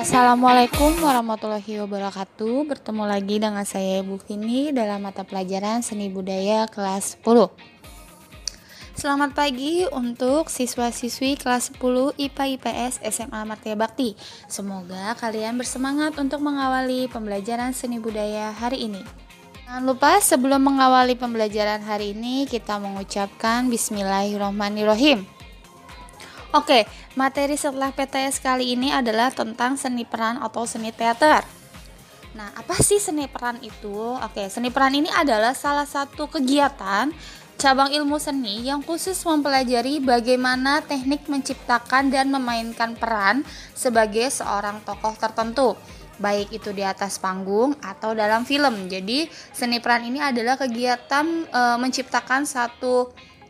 Assalamualaikum warahmatullahi wabarakatuh. Bertemu lagi dengan saya Ibu Vini dalam mata pelajaran Seni Budaya kelas 10. Selamat pagi untuk siswa-siswi kelas 10 IPA IPS SMA Martia Bakti. Semoga kalian bersemangat untuk mengawali pembelajaran seni budaya hari ini. Jangan lupa sebelum mengawali pembelajaran hari ini kita mengucapkan Bismillahirrahmanirrahim. Oke, materi setelah PTS kali ini adalah tentang seni peran atau seni teater. Nah, apa sih seni peran itu? Oke, seni peran ini adalah salah satu kegiatan cabang ilmu seni yang khusus mempelajari bagaimana teknik menciptakan dan memainkan peran sebagai seorang tokoh tertentu, baik itu di atas panggung atau dalam film. Jadi, seni peran ini adalah kegiatan menciptakan satu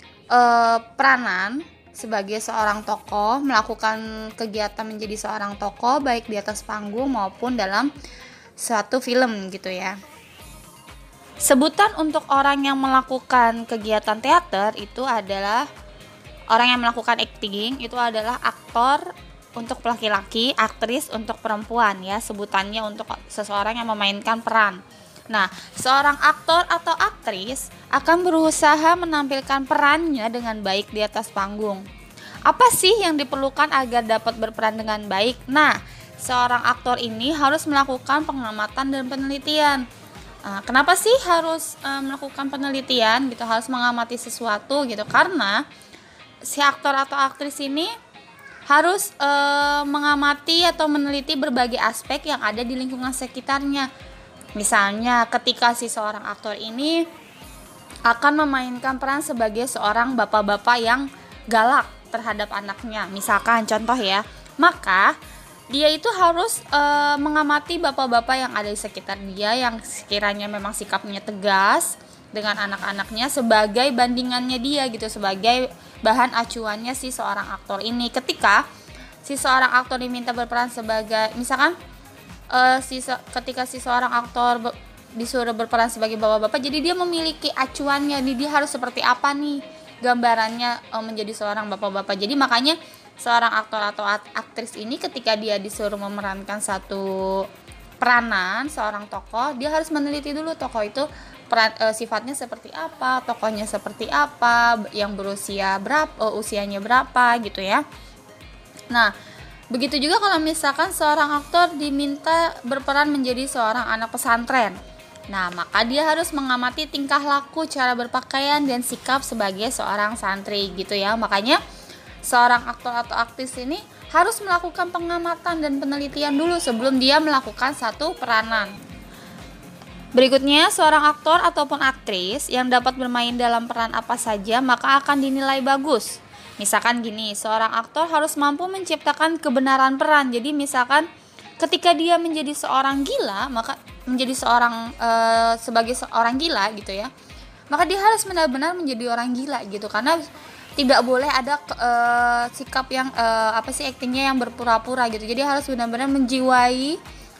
peranan sebagai seorang tokoh, melakukan kegiatan menjadi seorang tokoh baik di atas panggung maupun dalam suatu film gitu ya. Sebutan untuk orang yang melakukan kegiatan teater itu adalah orang yang melakukan acting, itu adalah aktor untuk laki-laki, aktris untuk perempuan ya, sebutannya untuk seseorang yang memainkan peran. Nah, seorang aktor atau aktris akan berusaha menampilkan perannya dengan baik di atas panggung. Apa sih yang diperlukan agar dapat berperan dengan baik? Nah, seorang aktor ini harus melakukan pengamatan dan penelitian. Kenapa sih harus melakukan penelitian gitu, harus mengamati sesuatu gitu? Karena si aktor atau aktris ini harus mengamati atau meneliti berbagai aspek yang ada di lingkungan sekitarnya. Misalnya ketika si seorang aktor ini akan memainkan peran sebagai seorang bapak-bapak yang galak terhadap anaknya, misalkan contoh ya, maka dia itu harus mengamati bapak-bapak yang ada di sekitar dia yang sekiranya memang sikapnya tegas dengan anak-anaknya sebagai bandingannya dia gitu, sebagai bahan acuannya si seorang aktor ini. Ketika si seorang aktor diminta berperan sebagai misalkan ketika si seorang aktor disuruh berperan sebagai bapak-bapak, jadi dia memiliki acuannya nih, dia harus seperti apa nih gambarannya menjadi seorang bapak-bapak. Jadi makanya seorang aktor atau aktris ini ketika dia disuruh memerankan satu peranan seorang tokoh, dia harus meneliti dulu tokoh itu sifatnya seperti apa, tokohnya seperti apa, yang berusia berapa, usianya berapa gitu ya. Nah, begitu juga kalau misalkan seorang aktor diminta berperan menjadi seorang anak pesantren. Nah, maka dia harus mengamati tingkah laku, cara berpakaian, dan sikap sebagai seorang santri gitu ya. Makanya seorang aktor atau aktris ini harus melakukan pengamatan dan penelitian dulu sebelum dia melakukan satu peranan. Berikutnya, seorang aktor ataupun aktris yang dapat bermain dalam peran apa saja maka akan dinilai bagus. Misalkan gini, seorang aktor harus mampu menciptakan kebenaran peran. Jadi misalkan ketika dia menjadi seorang gila, maka menjadi seorang sebagai seorang gila gitu ya, maka dia harus benar-benar menjadi orang gila gitu, karena tidak boleh ada sikap yang aktingnya yang berpura-pura gitu. Jadi harus benar-benar menjiwai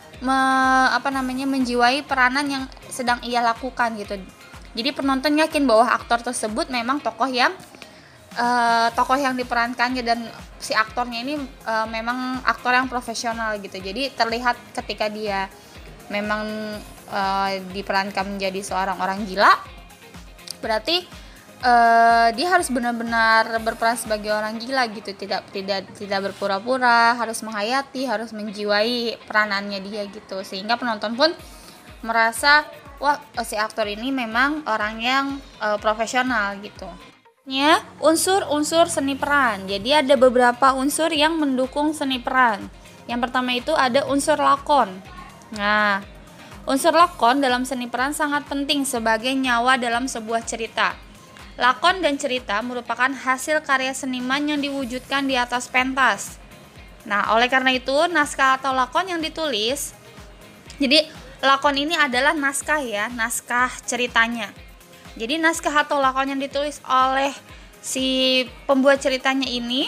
menjiwai peranan yang sedang ia lakukan gitu. Jadi penonton yakin bahwa aktor tersebut memang tokoh yang diperankannya, dan si aktornya ini memang aktor yang profesional gitu. Jadi terlihat ketika dia memang diperankan menjadi seorang orang gila, berarti dia harus benar-benar berperan sebagai orang gila gitu, tidak berpura-pura, harus menghayati, harus menjiwai peranannya dia gitu, sehingga penonton pun merasa wah, si aktor ini memang orang yang profesional gitu. Unsur-unsur seni peran. Jadi ada beberapa unsur yang mendukung seni peran. Yang pertama itu ada unsur lakon. Nah, unsur lakon dalam seni peran sangat penting sebagai nyawa dalam sebuah cerita. Lakon dan cerita merupakan hasil karya seniman yang diwujudkan di atas pentas. Nah, oleh karena itu naskah atau lakon yang ditulis, jadi lakon ini adalah naskah ya, naskah ceritanya. Jadi naskah atau lakon yang ditulis oleh si pembuat ceritanya ini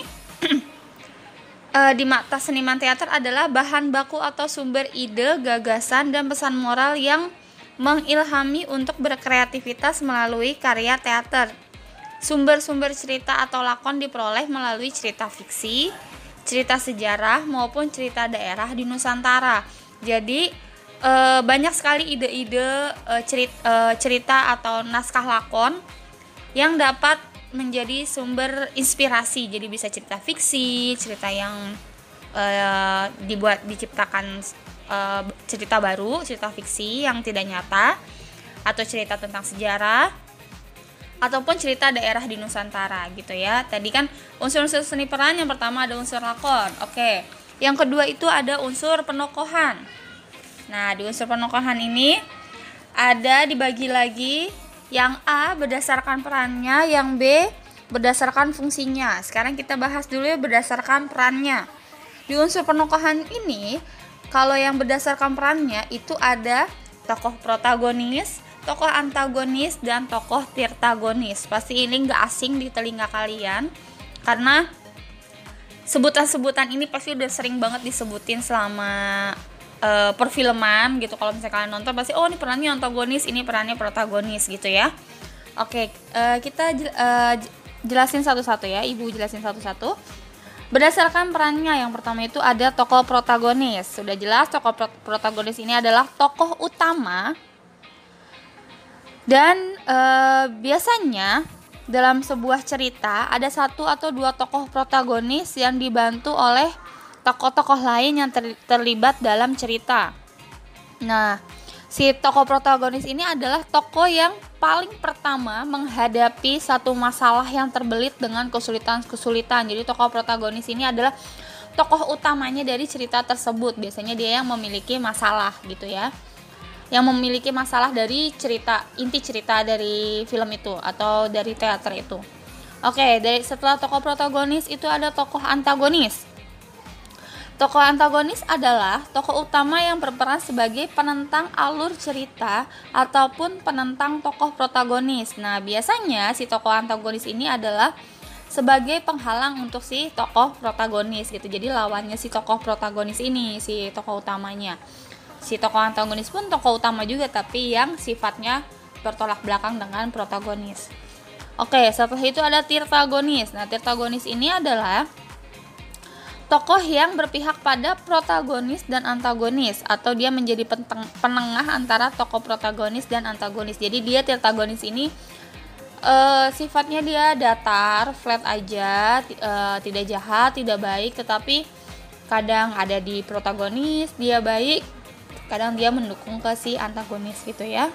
di mata seniman teater adalah bahan baku atau sumber ide, gagasan, dan pesan moral yang mengilhami untuk berkreativitas melalui karya teater. Sumber-sumber cerita atau lakon diperoleh melalui cerita fiksi, cerita sejarah maupun cerita daerah di Nusantara. Jadi banyak sekali ide-ide cerita atau naskah lakon yang dapat menjadi sumber inspirasi. Jadi bisa cerita fiksi, cerita yang diciptakan cerita baru, cerita fiksi yang tidak nyata, atau cerita tentang sejarah, ataupun cerita daerah di Nusantara gitu ya. Tadi kan unsur-unsur seni peran, yang pertama ada unsur lakon. Oke. Yang kedua itu ada unsur penokohan. Nah, di unsur penokohan ini ada dibagi lagi, yang A berdasarkan perannya, yang B berdasarkan fungsinya. Sekarang kita bahas dulu ya berdasarkan perannya. Di unsur penokohan ini, kalau yang berdasarkan perannya itu ada tokoh protagonis, tokoh antagonis, dan tokoh tirtagonis. Pasti ini gak asing di telinga kalian, karena sebutan-sebutan ini pasti udah sering banget disebutin selama perfilman gitu. Kalau misalnya kalian nonton pasti, oh ini perannya antagonis, ini perannya protagonis gitu ya. Oke, kita jelasin satu-satu ya, Ibu jelasin satu-satu. Berdasarkan perannya, yang pertama itu ada tokoh protagonis. Sudah jelas tokoh protagonis ini adalah tokoh utama. Dan biasanya dalam sebuah cerita ada satu atau dua tokoh protagonis yang dibantu oleh tokoh-tokoh lain yang terlibat dalam cerita. Nah, si tokoh protagonis ini adalah tokoh yang paling pertama menghadapi satu masalah yang terbelit dengan kesulitan-kesulitan. Jadi tokoh protagonis ini adalah tokoh utamanya dari cerita tersebut. Biasanya dia yang memiliki masalah gitu ya, yang memiliki masalah dari cerita, inti cerita dari film itu atau dari teater itu. Oke, setelah tokoh protagonis itu ada tokoh antagonis. Tokoh antagonis adalah tokoh utama yang berperan sebagai penentang alur cerita ataupun penentang tokoh protagonis. Nah, biasanya si tokoh antagonis ini adalah sebagai penghalang untuk si tokoh protagonis gitu. Jadi lawannya si tokoh protagonis ini, si tokoh utamanya. Si tokoh antagonis pun tokoh utama juga, tapi yang sifatnya bertolak belakang dengan protagonis. Oke, setelah itu ada tirtagonis. Nah, tirtagonis ini adalah tokoh yang berpihak pada protagonis dan antagonis, atau dia menjadi penengah antara tokoh protagonis dan antagonis. Jadi dia tirtagonis ini sifatnya dia datar, flat aja, tidak jahat, tidak baik, tetapi kadang ada di protagonis dia baik, kadang dia mendukung ke si antagonis gitu ya.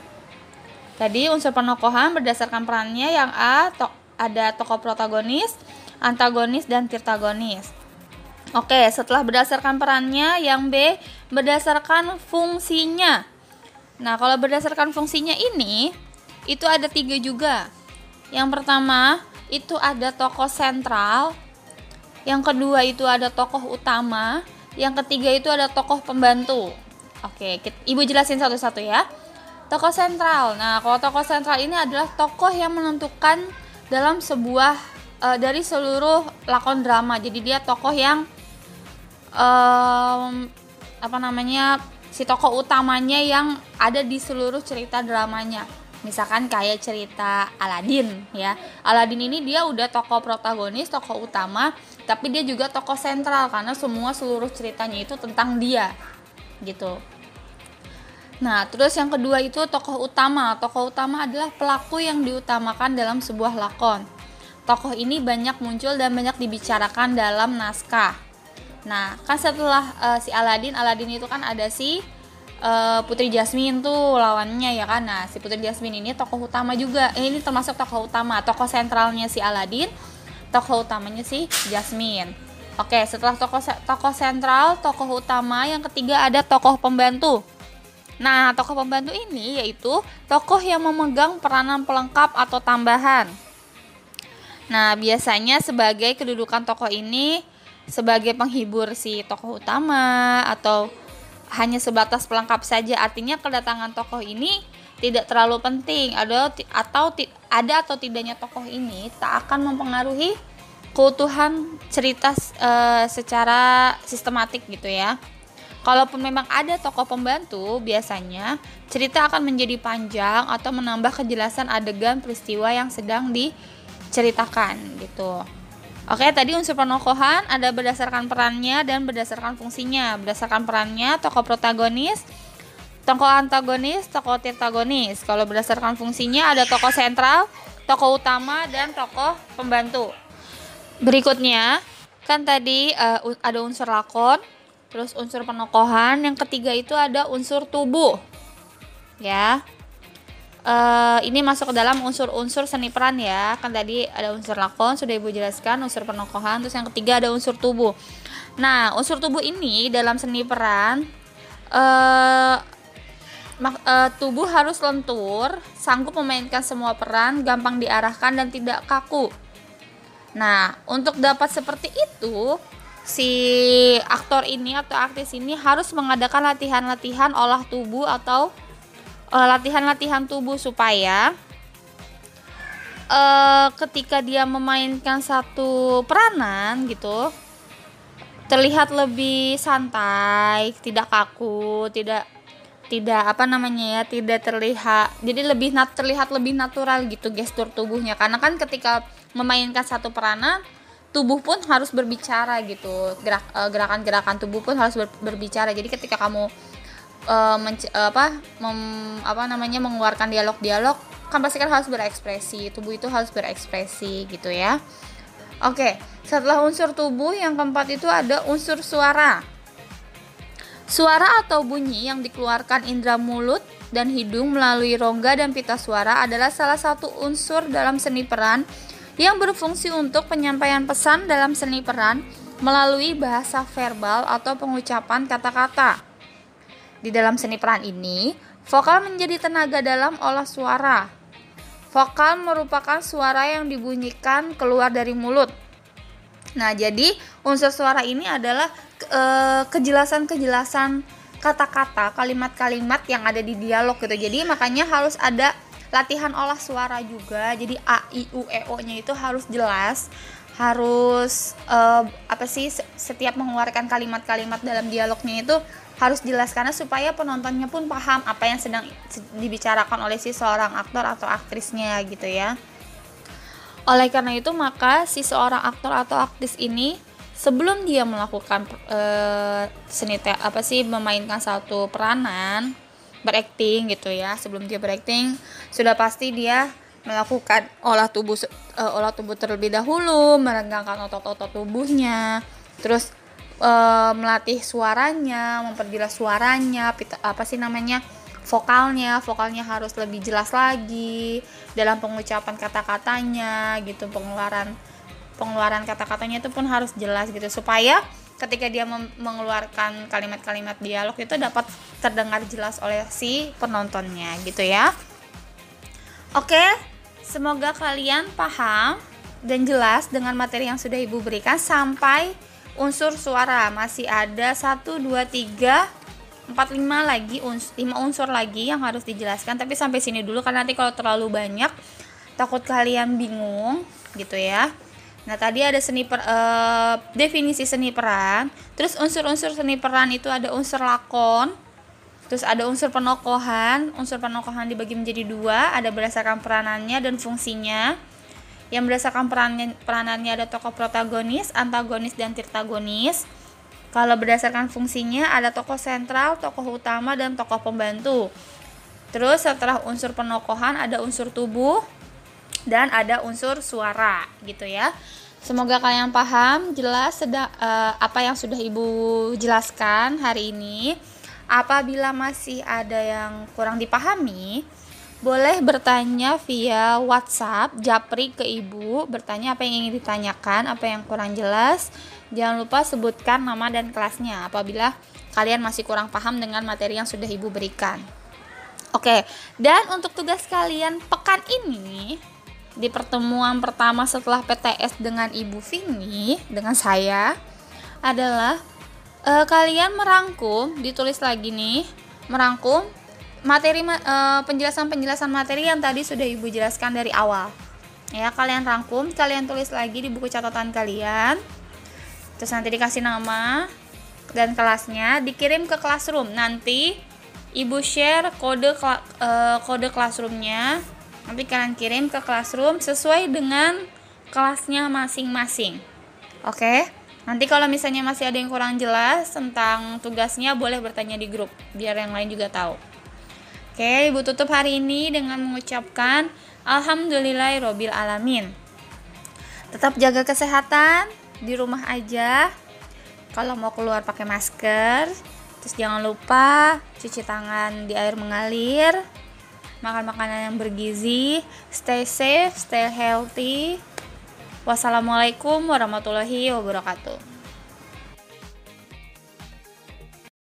Tadi unsur penokohan berdasarkan perannya, yang A ada tokoh protagonis, antagonis, dan tirtagonis. Oke, setelah berdasarkan perannya, yang B berdasarkan fungsinya. Nah, kalau berdasarkan fungsinya ini, itu ada 3 juga. Yang pertama, itu ada tokoh sentral. Yang kedua, itu ada tokoh utama. Yang ketiga, itu ada tokoh pembantu. Oke, Ibu jelasin satu-satu ya. Tokoh sentral. Nah, kalau tokoh sentral ini adalah tokoh yang menentukan dalam sebuah dari seluruh lakon drama. Jadi dia tokoh yang si tokoh utamanya yang ada di seluruh cerita dramanya. Misalkan kayak cerita Aladin ya. Aladin ini dia udah tokoh protagonis, tokoh utama, tapi dia juga tokoh sentral karena seluruh ceritanya itu tentang dia gitu. Nah, terus yang kedua itu tokoh utama. Tokoh utama adalah pelaku yang diutamakan dalam sebuah lakon. Tokoh ini banyak muncul dan banyak dibicarakan dalam naskah. Nah, kan setelah si Aladin itu kan ada si Putri Jasmine tuh lawannya ya kan. Nah, si Putri Jasmine ini tokoh utama juga. Ini termasuk tokoh utama, tokoh sentralnya si Aladin, tokoh utamanya si Jasmine. Oke, setelah tokoh sentral, tokoh utama, yang ketiga ada tokoh pembantu. Nah, tokoh pembantu ini yaitu tokoh yang memegang peranan pelengkap atau tambahan. Nah, biasanya sebagai kedudukan tokoh ini sebagai penghibur si tokoh utama atau hanya sebatas pelengkap saja. Artinya kedatangan tokoh ini tidak terlalu penting. Ada atau tidaknya tokoh ini tak akan mempengaruhi keutuhan cerita secara sistematik gitu ya. Kalaupun memang ada tokoh pembantu, biasanya cerita akan menjadi panjang atau menambah kejelasan adegan peristiwa yang sedang diceritakan gitu. Oke, tadi unsur penokohan ada berdasarkan perannya dan berdasarkan fungsinya. Berdasarkan perannya, tokoh protagonis, tokoh antagonis, tokoh tirtagonis. Kalau berdasarkan fungsinya ada tokoh sentral, tokoh utama, dan tokoh pembantu. Berikutnya, kan tadi ada unsur lakon, terus unsur penokohan. Yang ketiga itu ada unsur tubuh. Ya. Ini masuk ke dalam unsur-unsur seni peran ya. Kan tadi ada unsur lakon sudah Ibu jelaskan, unsur penokohan, terus yang ketiga ada unsur tubuh. Nah, unsur tubuh ini dalam seni peran tubuh harus lentur, sanggup memainkan semua peran, gampang diarahkan dan tidak kaku. Nah, untuk dapat seperti itu, si aktor ini atau aktris ini harus mengadakan latihan-latihan olah tubuh atau latihan-latihan tubuh supaya ketika dia memainkan satu peranan gitu terlihat lebih santai, tidak kaku, tidak tidak terlihat, jadi terlihat lebih natural gitu gestur tubuhnya. Karena kan ketika memainkan satu peranan, tubuh pun harus berbicara gitu, gerakan-gerakan tubuh pun harus berbicara. Jadi ketika kamu mengeluarkan dialog-dialog, kan pasti kan harus berekspresi, tubuh itu harus berekspresi gitu ya. Oke, setelah unsur tubuh yang keempat itu ada unsur suara. Suara atau bunyi yang dikeluarkan indera mulut dan hidung melalui rongga dan pita suara adalah salah satu unsur dalam seni peran yang berfungsi untuk penyampaian pesan dalam seni peran melalui bahasa verbal atau pengucapan kata-kata. Di dalam seni peran ini, vokal menjadi tenaga dalam olah suara. Vokal merupakan suara yang dibunyikan keluar dari mulut. Nah, jadi unsur suara ini adalah kejelasan-kejelasan kata-kata, kalimat-kalimat yang ada di dialog gitu. Jadi makanya harus ada latihan olah suara juga. Jadi a, i, u, e, o-nya itu harus jelas. Harus setiap mengeluarkan kalimat-kalimat dalam dialognya itu harus jelas, karena supaya penontonnya pun paham apa yang sedang dibicarakan oleh si seorang aktor atau aktrisnya gitu ya. Oleh karena itu maka si seorang aktor atau aktris ini sebelum dia melakukan memainkan satu peranan, berakting gitu ya, sebelum dia berakting sudah pasti dia melakukan olah tubuh terlebih dahulu, merenggangkan otot-otot tubuhnya, terus melatih suaranya, memperjelas suaranya, vokalnya harus lebih jelas lagi dalam pengucapan kata-katanya gitu, pengeluaran kata-katanya itu pun harus jelas gitu, supaya ketika dia mengeluarkan kalimat-kalimat dialog itu dapat terdengar jelas oleh si penontonnya gitu ya. Oke, semoga kalian paham dan jelas dengan materi yang sudah Ibu berikan sampai unsur suara. Masih ada 1, 2, 3, 4, 5 lagi 5 unsur lagi yang harus dijelaskan, tapi sampai sini dulu karena nanti kalau terlalu banyak takut kalian bingung gitu ya. Nah, tadi ada definisi seni peran. Terus unsur-unsur seni peran itu ada unsur lakon, terus ada unsur penokohan. Unsur penokohan dibagi menjadi 2, ada berdasarkan peranannya dan fungsinya. Yang berdasarkan peranannya ada tokoh protagonis, antagonis, dan tirtagonis. Kalau berdasarkan fungsinya ada tokoh sentral, tokoh utama, dan tokoh pembantu. Terus setelah unsur penokohan ada unsur tubuh dan ada unsur suara gitu ya. Semoga kalian paham, jelas apa yang sudah Ibu jelaskan hari ini. Apabila masih ada yang kurang dipahami, boleh bertanya via WhatsApp, japri ke Ibu, bertanya apa yang ingin ditanyakan, apa yang kurang jelas. Jangan lupa sebutkan nama dan kelasnya apabila kalian masih kurang paham dengan materi yang sudah Ibu berikan. Oke, dan untuk tugas kalian pekan ini, di pertemuan pertama setelah PTS dengan Ibu Vini, dengan saya, adalah kalian merangkum, ditulis lagi nih, merangkum materi penjelasan materi yang tadi sudah Ibu jelaskan dari awal. Ya, kalian rangkum, kalian tulis lagi di buku catatan kalian. Terus nanti dikasih nama dan kelasnya, dikirim ke classroom. Nanti Ibu share kode classroomnya. Nanti kalian kirim ke classroom sesuai dengan kelasnya masing-masing. Oke, nanti kalau misalnya masih ada yang kurang jelas tentang tugasnya, boleh bertanya di grup, biar yang lain juga tahu. Oke, Ibu tutup hari ini dengan mengucapkan Alhamdulillahirobbil alamin. Tetap jaga kesehatan, di rumah aja. Kalau mau keluar pakai masker. Terus jangan lupa cuci tangan di air mengalir. Makan makanan yang bergizi. Stay safe, stay healthy. Wassalamualaikum warahmatullahi wabarakatuh.